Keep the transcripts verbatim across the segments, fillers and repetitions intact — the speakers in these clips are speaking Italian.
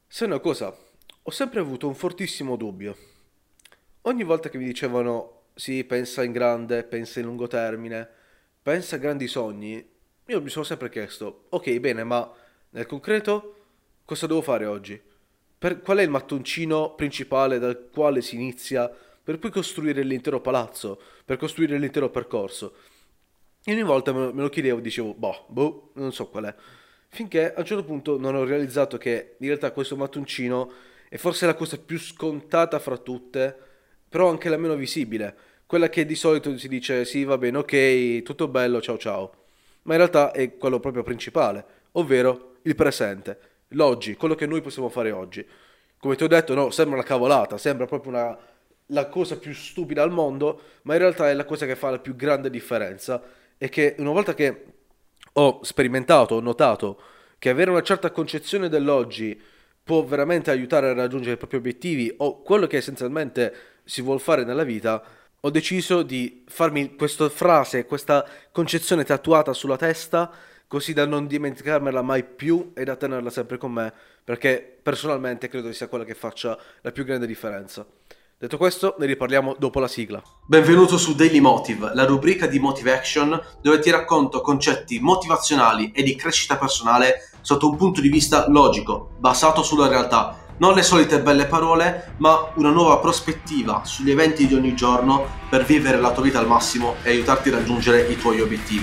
Sai una cosa? Ho sempre avuto un fortissimo dubbio. Ogni volta che mi dicevano sì, pensa in grande, pensa in lungo termine, pensa a grandi sogni, io mi sono sempre chiesto, ok, bene, ma nel concreto cosa devo fare oggi? Per- qual è il mattoncino principale dal quale si inizia per poi costruire l'intero palazzo, per costruire l'intero percorso? E ogni volta me lo, me lo chiedevo e dicevo, boh, boh, non so qual è. Finché a un certo punto non ho realizzato che in realtà questo mattoncino è forse la cosa più scontata fra tutte, però anche la meno visibile. Quella che di solito si dice, sì, va bene, ok, tutto bello, ciao ciao. Ma in realtà è quello proprio principale, ovvero il presente, l'oggi, quello che noi possiamo fare oggi. Come ti ho detto, no, sembra una cavolata, sembra proprio una, la cosa più stupida al mondo, ma in realtà è la cosa che fa la più grande differenza e che una volta che ho sperimentato, ho notato che avere una certa concezione dell'oggi può veramente aiutare a raggiungere i propri obiettivi o quello che essenzialmente si vuole fare nella vita, ho deciso di farmi questa frase, questa concezione tatuata sulla testa, così da non dimenticarmela mai più e da tenerla sempre con me, perché personalmente credo che sia quella che faccia la più grande differenza. Detto questo, ne riparliamo dopo la sigla. Benvenuto su Daily Motive, la rubrica di Motive Action dove ti racconto concetti motivazionali e di crescita personale sotto un punto di vista logico, basato sulla realtà. Non le solite belle parole, ma una nuova prospettiva sugli eventi di ogni giorno per vivere la tua vita al massimo e aiutarti a raggiungere i tuoi obiettivi.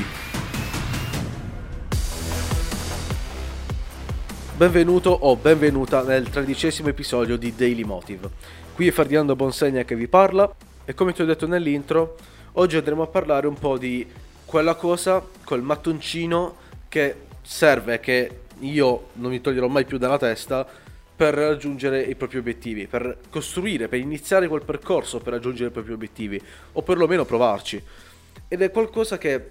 Benvenuto o benvenuta nel tredicesimo episodio di Daily Motive. Qui è Ferdinando Bonsegna che vi parla e come ti ho detto nell'intro, oggi andremo a parlare un po' di quella cosa, quel mattoncino che serve, che io non mi toglierò mai più dalla testa per raggiungere i propri obiettivi, per costruire, per iniziare quel percorso per raggiungere i propri obiettivi o perlomeno provarci. Ed è qualcosa che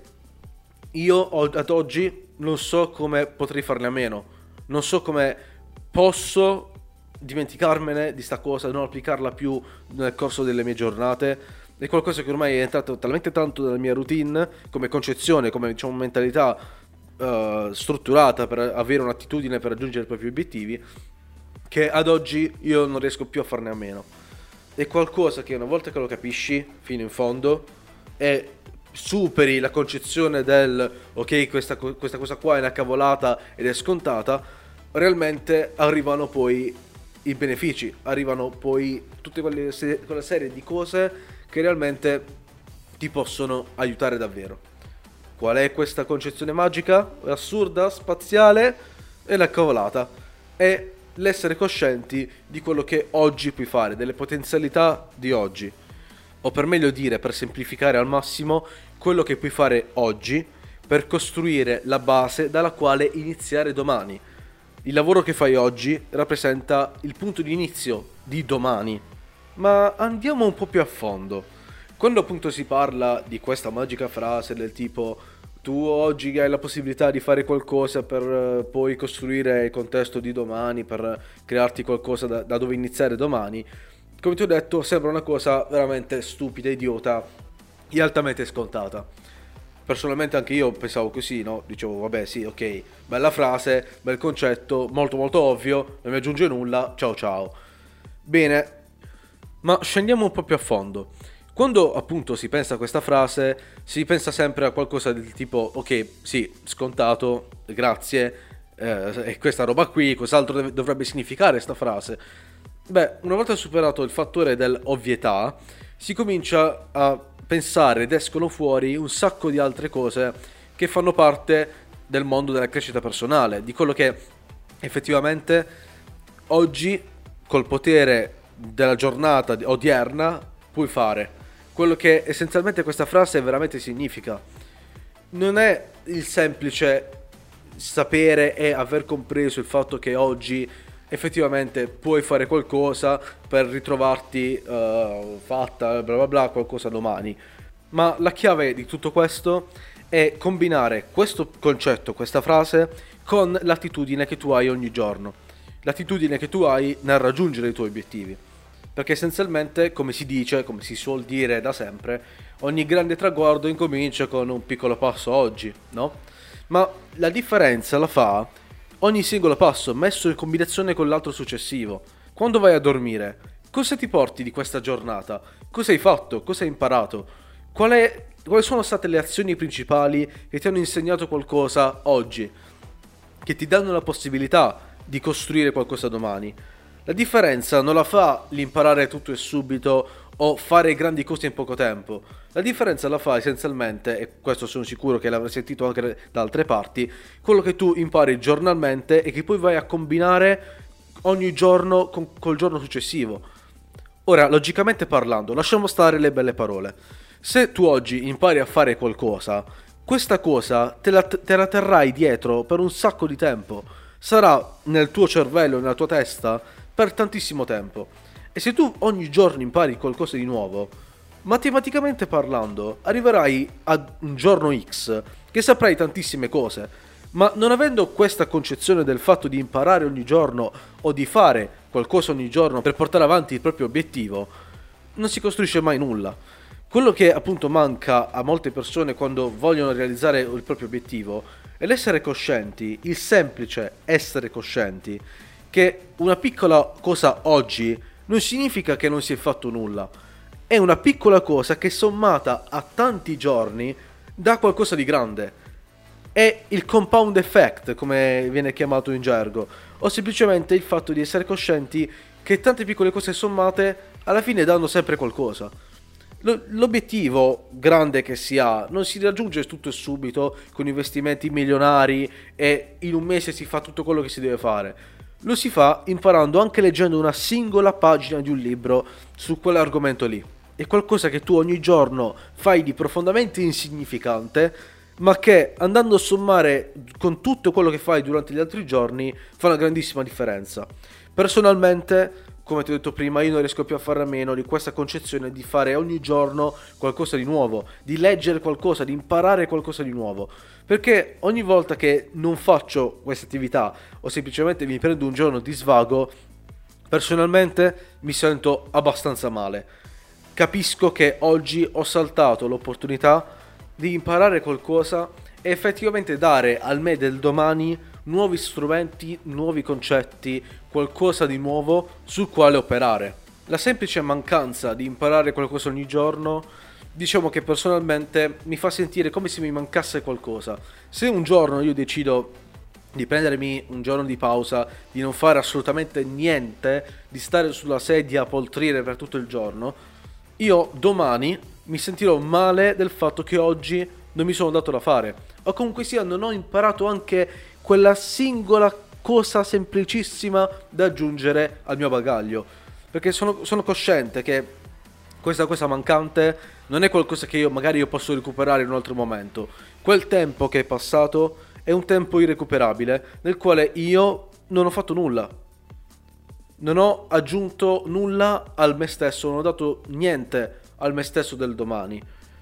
io ho- ad oggi non so come potrei farne a meno, non so come posso dimenticarmene di sta cosa, non applicarla più nel corso delle mie giornate. È qualcosa che ormai è entrato talmente tanto nella mia routine, come concezione, come diciamo mentalità eh, strutturata per avere un'attitudine per raggiungere i propri obiettivi, che ad oggi io non riesco più a farne a meno. È qualcosa che una volta che lo capisci fino in fondo e superi la concezione del ok, questa, co- questa cosa qua è una cavolata ed è scontata, realmente arrivano poi i benefici, arrivano poi tutte quelle, se- quella serie di cose che realmente ti possono aiutare davvero. Qual è questa concezione magica? Assurda, spaziale? È la cavolata. È l'essere coscienti di quello che oggi puoi fare, delle potenzialità di oggi. O per meglio dire, per semplificare al massimo, quello che puoi fare oggi per costruire la base dalla quale iniziare domani. Il lavoro che fai oggi rappresenta il punto di inizio di domani. Ma andiamo un po' più a fondo. Quando appunto si parla di questa magica frase del tipo tu oggi hai la possibilità di fare qualcosa per eh, poi costruire il contesto di domani, per crearti qualcosa da, da dove iniziare domani, come ti ho detto, sembra una cosa veramente stupida, idiota e altamente scontata. Personalmente anche io pensavo così, no? Dicevo, vabbè, sì, ok, bella frase, bel concetto, molto molto ovvio, non mi aggiunge nulla, ciao ciao. Bene, ma scendiamo un po' più a fondo. Quando appunto si pensa a questa frase, si pensa sempre a qualcosa del tipo, ok, sì, scontato, grazie, eh, e questa roba qui, cos'altro dov- dovrebbe significare sta frase? Beh, una volta superato il fattore dell'ovvietà, si comincia a pensare ed escono fuori un sacco di altre cose che fanno parte del mondo della crescita personale, di quello che effettivamente oggi col potere della giornata odierna puoi fare. Quello che essenzialmente questa frase veramente significa. Non è il semplice sapere e aver compreso il fatto che oggi effettivamente puoi fare qualcosa per ritrovarti uh, fatta bla bla bla qualcosa domani. Ma la chiave di tutto questo è combinare questo concetto, questa frase, con l'attitudine che tu hai ogni giorno, l'attitudine che tu hai nel raggiungere i tuoi obiettivi. Perché essenzialmente, come si dice, come si suol dire da sempre, ogni grande traguardo incomincia con un piccolo passo oggi, no? Ma la differenza la fa ogni singolo passo messo in combinazione con l'altro successivo. Quando vai a dormire, cosa ti porti di questa giornata? Cosa hai fatto? Cosa hai imparato? Qual è, quali sono state le azioni principali che ti hanno insegnato qualcosa oggi? Che ti danno la possibilità di costruire qualcosa domani. La differenza non la fa l'imparare tutto e subito o fare grandi cose in poco tempo. La differenza la fa essenzialmente, e questo sono sicuro che l'avrai sentito anche da altre parti, quello che tu impari giornalmente e che poi vai a combinare ogni giorno con, col giorno successivo. Ora, logicamente parlando, lasciamo stare le belle parole. Se tu oggi impari a fare qualcosa, questa cosa te la, te la terrai dietro per un sacco di tempo. Sarà nel tuo cervello, nella tua testa, per tantissimo tempo. E se tu ogni giorno impari qualcosa di nuovo, matematicamente parlando, arriverai ad un giorno X che saprai tantissime cose, ma non avendo questa concezione del fatto di imparare ogni giorno o di fare qualcosa ogni giorno per portare avanti il proprio obiettivo, non si costruisce mai nulla. Quello che appunto manca a molte persone quando vogliono realizzare il proprio obiettivo è l'essere coscienti, il semplice essere coscienti, che una piccola cosa oggi non significa che non si è fatto nulla. È una piccola cosa che sommata a tanti giorni dà qualcosa di grande. È il compound effect, come viene chiamato in gergo, o semplicemente il fatto di essere coscienti che tante piccole cose sommate alla fine danno sempre qualcosa. L'obiettivo grande che si ha non si raggiunge tutto e subito con investimenti milionari e in un mese si fa tutto quello che si deve fare. Lo si fa imparando anche leggendo una singola pagina di un libro su quell'argomento lì. È qualcosa che tu ogni giorno fai di profondamente insignificante, ma che andando a sommare con tutto quello che fai durante gli altri giorni fa una grandissima differenza. Personalmente, come ti ho detto prima, io non riesco più a fare a meno di questa concezione di fare ogni giorno qualcosa di nuovo, di leggere qualcosa, di imparare qualcosa di nuovo. Perché ogni volta che non faccio questa attività o semplicemente mi prendo un giorno di svago, personalmente mi sento abbastanza male. Capisco che oggi ho saltato l'opportunità di imparare qualcosa e effettivamente dare al me del domani nuovi strumenti, nuovi concetti, qualcosa di nuovo sul quale operare. La semplice mancanza di imparare qualcosa ogni giorno, diciamo che personalmente mi fa sentire come se mi mancasse qualcosa. Se un giorno io decido di prendermi un giorno di pausa, di non fare assolutamente niente, di stare sulla sedia a poltrire per tutto il giorno, io domani mi sentirò male del fatto che oggi non mi sono dato da fare, o comunque sia non ho imparato anche quella singola cosa semplicissima da aggiungere al mio bagaglio, perché sono, sono cosciente che questa cosa mancante non è qualcosa che io magari io posso recuperare in un altro momento. Quel tempo che è passato è un tempo irrecuperabile nel quale io non ho fatto nulla, non ho aggiunto nulla al me stesso, non ho dato niente al me stesso del domani.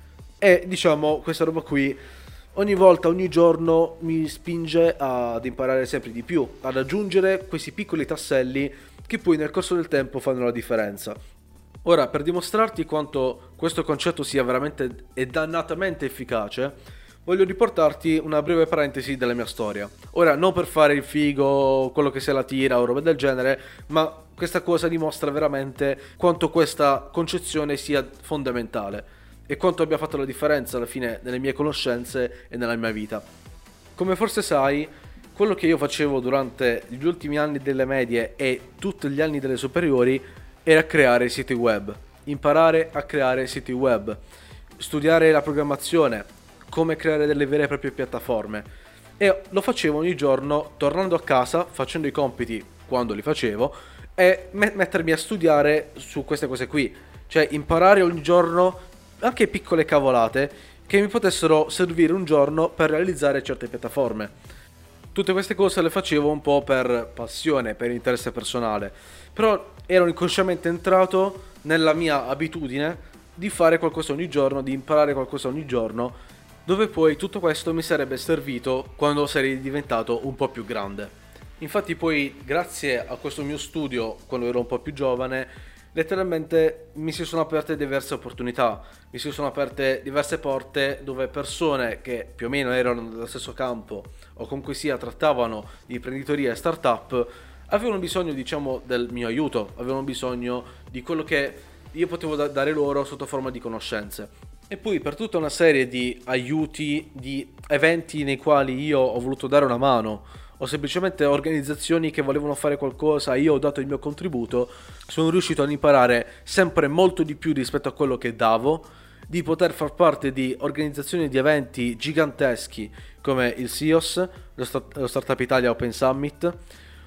E diciamo questa roba qui ogni volta, ogni giorno mi spinge ad imparare sempre di più, ad aggiungere questi piccoli tasselli che poi nel corso del tempo fanno la differenza. Ora, per dimostrarti quanto questo concetto sia veramente e dannatamente efficace, voglio riportarti una breve parentesi della mia storia. Ora, non per fare il figo, quello che se la tira o roba del genere, ma questa cosa dimostra veramente quanto questa concezione sia fondamentale e quanto abbia fatto la differenza alla fine nelle mie conoscenze e nella mia vita. Come forse sai, quello che io facevo durante gli ultimi anni delle medie e tutti gli anni delle superiori era creare siti web, imparare a creare siti web, studiare la programmazione, come creare delle vere e proprie piattaforme, e lo facevo ogni giorno tornando a casa, facendo i compiti quando li facevo e me- mettermi a studiare su queste cose qui, cioè imparare ogni giorno anche piccole cavolate che mi potessero servire un giorno per realizzare certe piattaforme. Tutte queste cose le facevo un po' per passione, per interesse personale, però ero inconsciamente entrato nella mia abitudine di fare qualcosa ogni giorno, di imparare qualcosa ogni giorno, dove poi tutto questo mi sarebbe servito quando sarei diventato un po' più grande. Infatti poi, grazie a questo mio studio, quando ero un po' più giovane, letteralmente mi si sono aperte diverse opportunità, mi si sono aperte diverse porte dove persone che più o meno erano nello stesso campo o comunque sia trattavano di imprenditoria e startup avevano bisogno, diciamo, del mio aiuto, avevano bisogno di quello che io potevo da- dare loro sotto forma di conoscenze. E poi per tutta una serie di aiuti, di eventi nei quali io ho voluto dare una mano, o semplicemente organizzazioni che volevano fare qualcosa, io ho dato il mio contributo, sono riuscito ad imparare sempre molto di più rispetto a quello che davo, di poter far parte di organizzazioni di eventi giganteschi come il S I O S, lo, Start- lo Startup Italia Open Summit,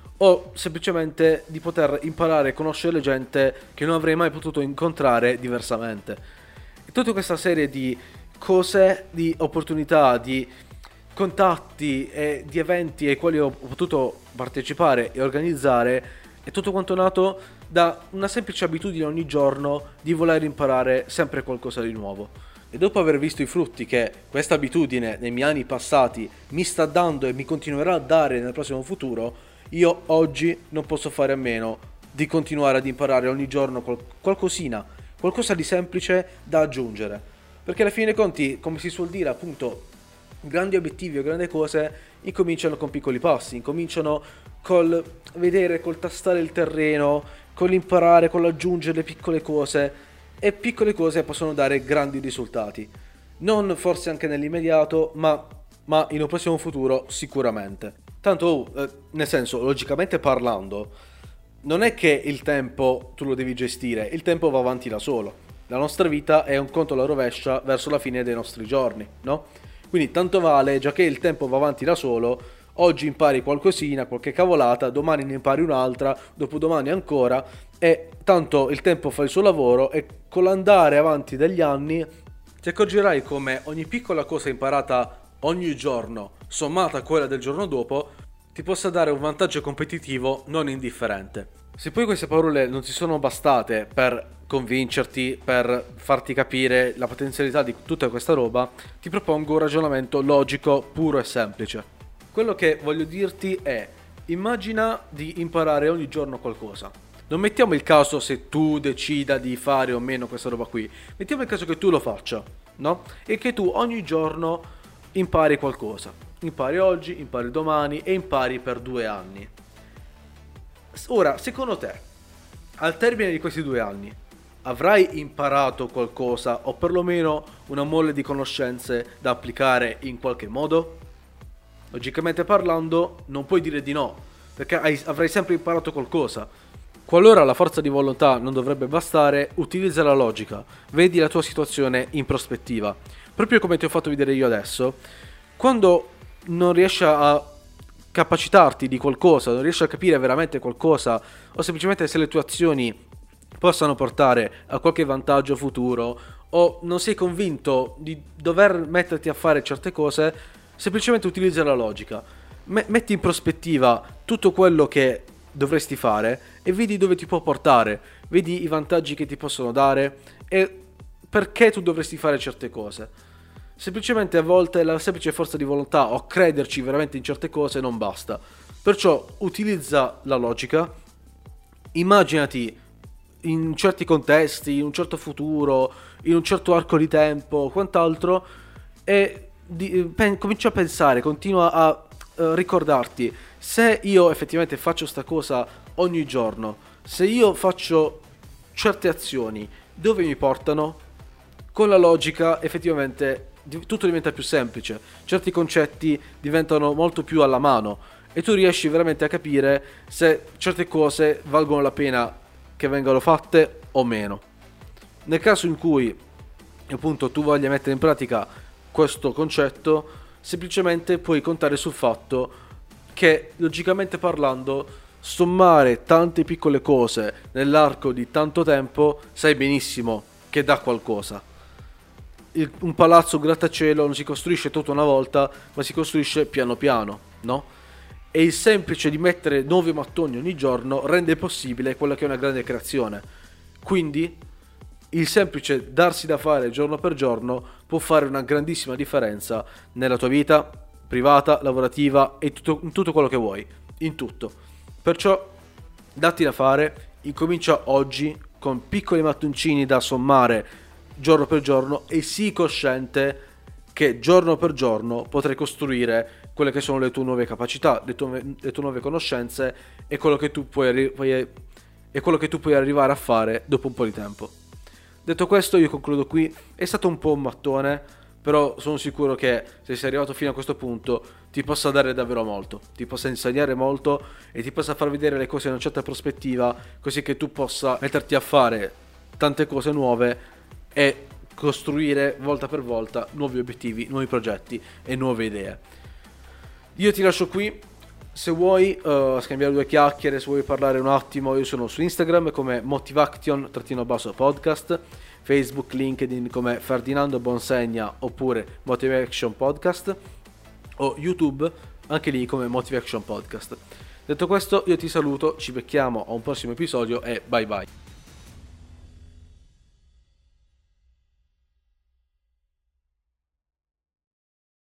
o semplicemente di poter imparare e conoscere gente che non avrei mai potuto incontrare diversamente. E tutta questa serie di cose, di opportunità, di contatti e di eventi ai quali ho potuto partecipare e organizzare è tutto quanto nato da una semplice abitudine ogni giorno di voler imparare sempre qualcosa di nuovo. E dopo aver visto i frutti che questa abitudine nei miei anni passati mi sta dando e mi continuerà a dare nel prossimo futuro, io oggi non posso fare a meno di continuare ad imparare ogni giorno qual- qualcosina, qualcosa di semplice da aggiungere. Perché alla fine dei conti, come si suol dire, appunto, grandi obiettivi o grandi cose incominciano con piccoli passi, incominciano col vedere, col tastare il terreno, con l'imparare, con l'aggiungere piccole cose, e piccole cose possono dare grandi risultati. Non forse anche nell'immediato, ma, ma in un prossimo futuro sicuramente. Tanto, eh, nel senso, logicamente parlando, non è che il tempo tu lo devi gestire, il tempo va avanti da solo. La nostra vita è un conto alla rovescia verso la fine dei nostri giorni, no? Quindi tanto vale, già che il tempo va avanti da solo, oggi impari qualcosina, qualche cavolata, domani ne impari un'altra, dopodomani ancora, e tanto il tempo fa il suo lavoro e con l'andare avanti degli anni ti accorgerai come ogni piccola cosa imparata ogni giorno, sommata a quella del giorno dopo, ti possa dare un vantaggio competitivo non indifferente. Se poi queste parole non ti sono bastate per convincerti, per farti capire la potenzialità di tutta questa roba, ti propongo un ragionamento logico, puro e semplice. Quello che voglio dirti è: immagina di imparare ogni giorno qualcosa. Non mettiamo il caso se tu decida di fare o meno questa roba qui, mettiamo il caso che tu lo faccia, no? E che tu ogni giorno impari qualcosa. Impari oggi, impari domani e impari per due anni. Ora, secondo te, al termine di questi due anni, avrai imparato qualcosa o perlomeno una mole di conoscenze da applicare in qualche modo? Logicamente parlando, non puoi dire di no, perché hai, avrai sempre imparato qualcosa. Qualora la forza di volontà non dovrebbe bastare, utilizza la logica, vedi la tua situazione in prospettiva. Proprio come ti ho fatto vedere io adesso, quando non riesci a capacitarti di qualcosa, non riesci a capire veramente qualcosa, o semplicemente se le tue azioni possano portare a qualche vantaggio futuro, o non sei convinto di dover metterti a fare certe cose, semplicemente utilizza la logica. Me- metti in prospettiva tutto quello che dovresti fare e vedi dove ti può portare, vedi i vantaggi che ti possono dare e perché tu dovresti fare certe cose. Semplicemente a volte la semplice forza di volontà o crederci veramente in certe cose non basta. Perciò utilizza la logica, immaginati in certi contesti, in un certo futuro, in un certo arco di tempo, quant'altro, e di, pen, comincia a pensare, continua a uh, ricordarti: se io effettivamente faccio sta cosa ogni giorno, se io faccio certe azioni, dove mi portano? Con la logica effettivamente tutto diventa più semplice, certi concetti diventano molto più alla mano e tu riesci veramente a capire se certe cose valgono la pena che vengano fatte o meno. Nel caso in cui appunto tu voglia mettere in pratica questo concetto, semplicemente puoi contare sul fatto che, logicamente parlando, sommare tante piccole cose nell'arco di tanto tempo sai benissimo che dà qualcosa. Il, un palazzo, un grattacielo non si costruisce tutta una volta, ma si costruisce piano piano, no? E il semplice di mettere nuovi mattoni ogni giorno rende possibile quella che è una grande creazione. Quindi il semplice darsi da fare giorno per giorno può fare una grandissima differenza nella tua vita privata, lavorativa e tutto, in tutto quello che vuoi, in tutto. Perciò datti da fare, incomincia oggi con piccoli mattoncini da sommare giorno per giorno e sii cosciente che giorno per giorno potrai costruire quelle che sono le tue nuove capacità, le tue, le tue nuove conoscenze e quello che tu puoi, arri- puoi, e quello che tu puoi arrivare a fare dopo un po' di tempo. Detto questo, io concludo qui. È stato un po' un mattone, però sono sicuro che se sei arrivato fino a questo punto ti possa dare davvero molto, ti possa insegnare molto e ti possa far vedere le cose in una certa prospettiva, così che tu possa metterti a fare tante cose nuove e costruire volta per volta nuovi obiettivi, nuovi progetti e nuove idee. Io ti lascio qui. Se vuoi uh, scambiare due chiacchiere, se vuoi parlare un attimo, io sono su Instagram come motivaction-podcast, Facebook, LinkedIn come Ferdinando Bonsegna oppure Motivation Podcast, o YouTube anche lì come Motivation Podcast. Detto questo, io ti saluto, ci becchiamo a un prossimo episodio e bye bye.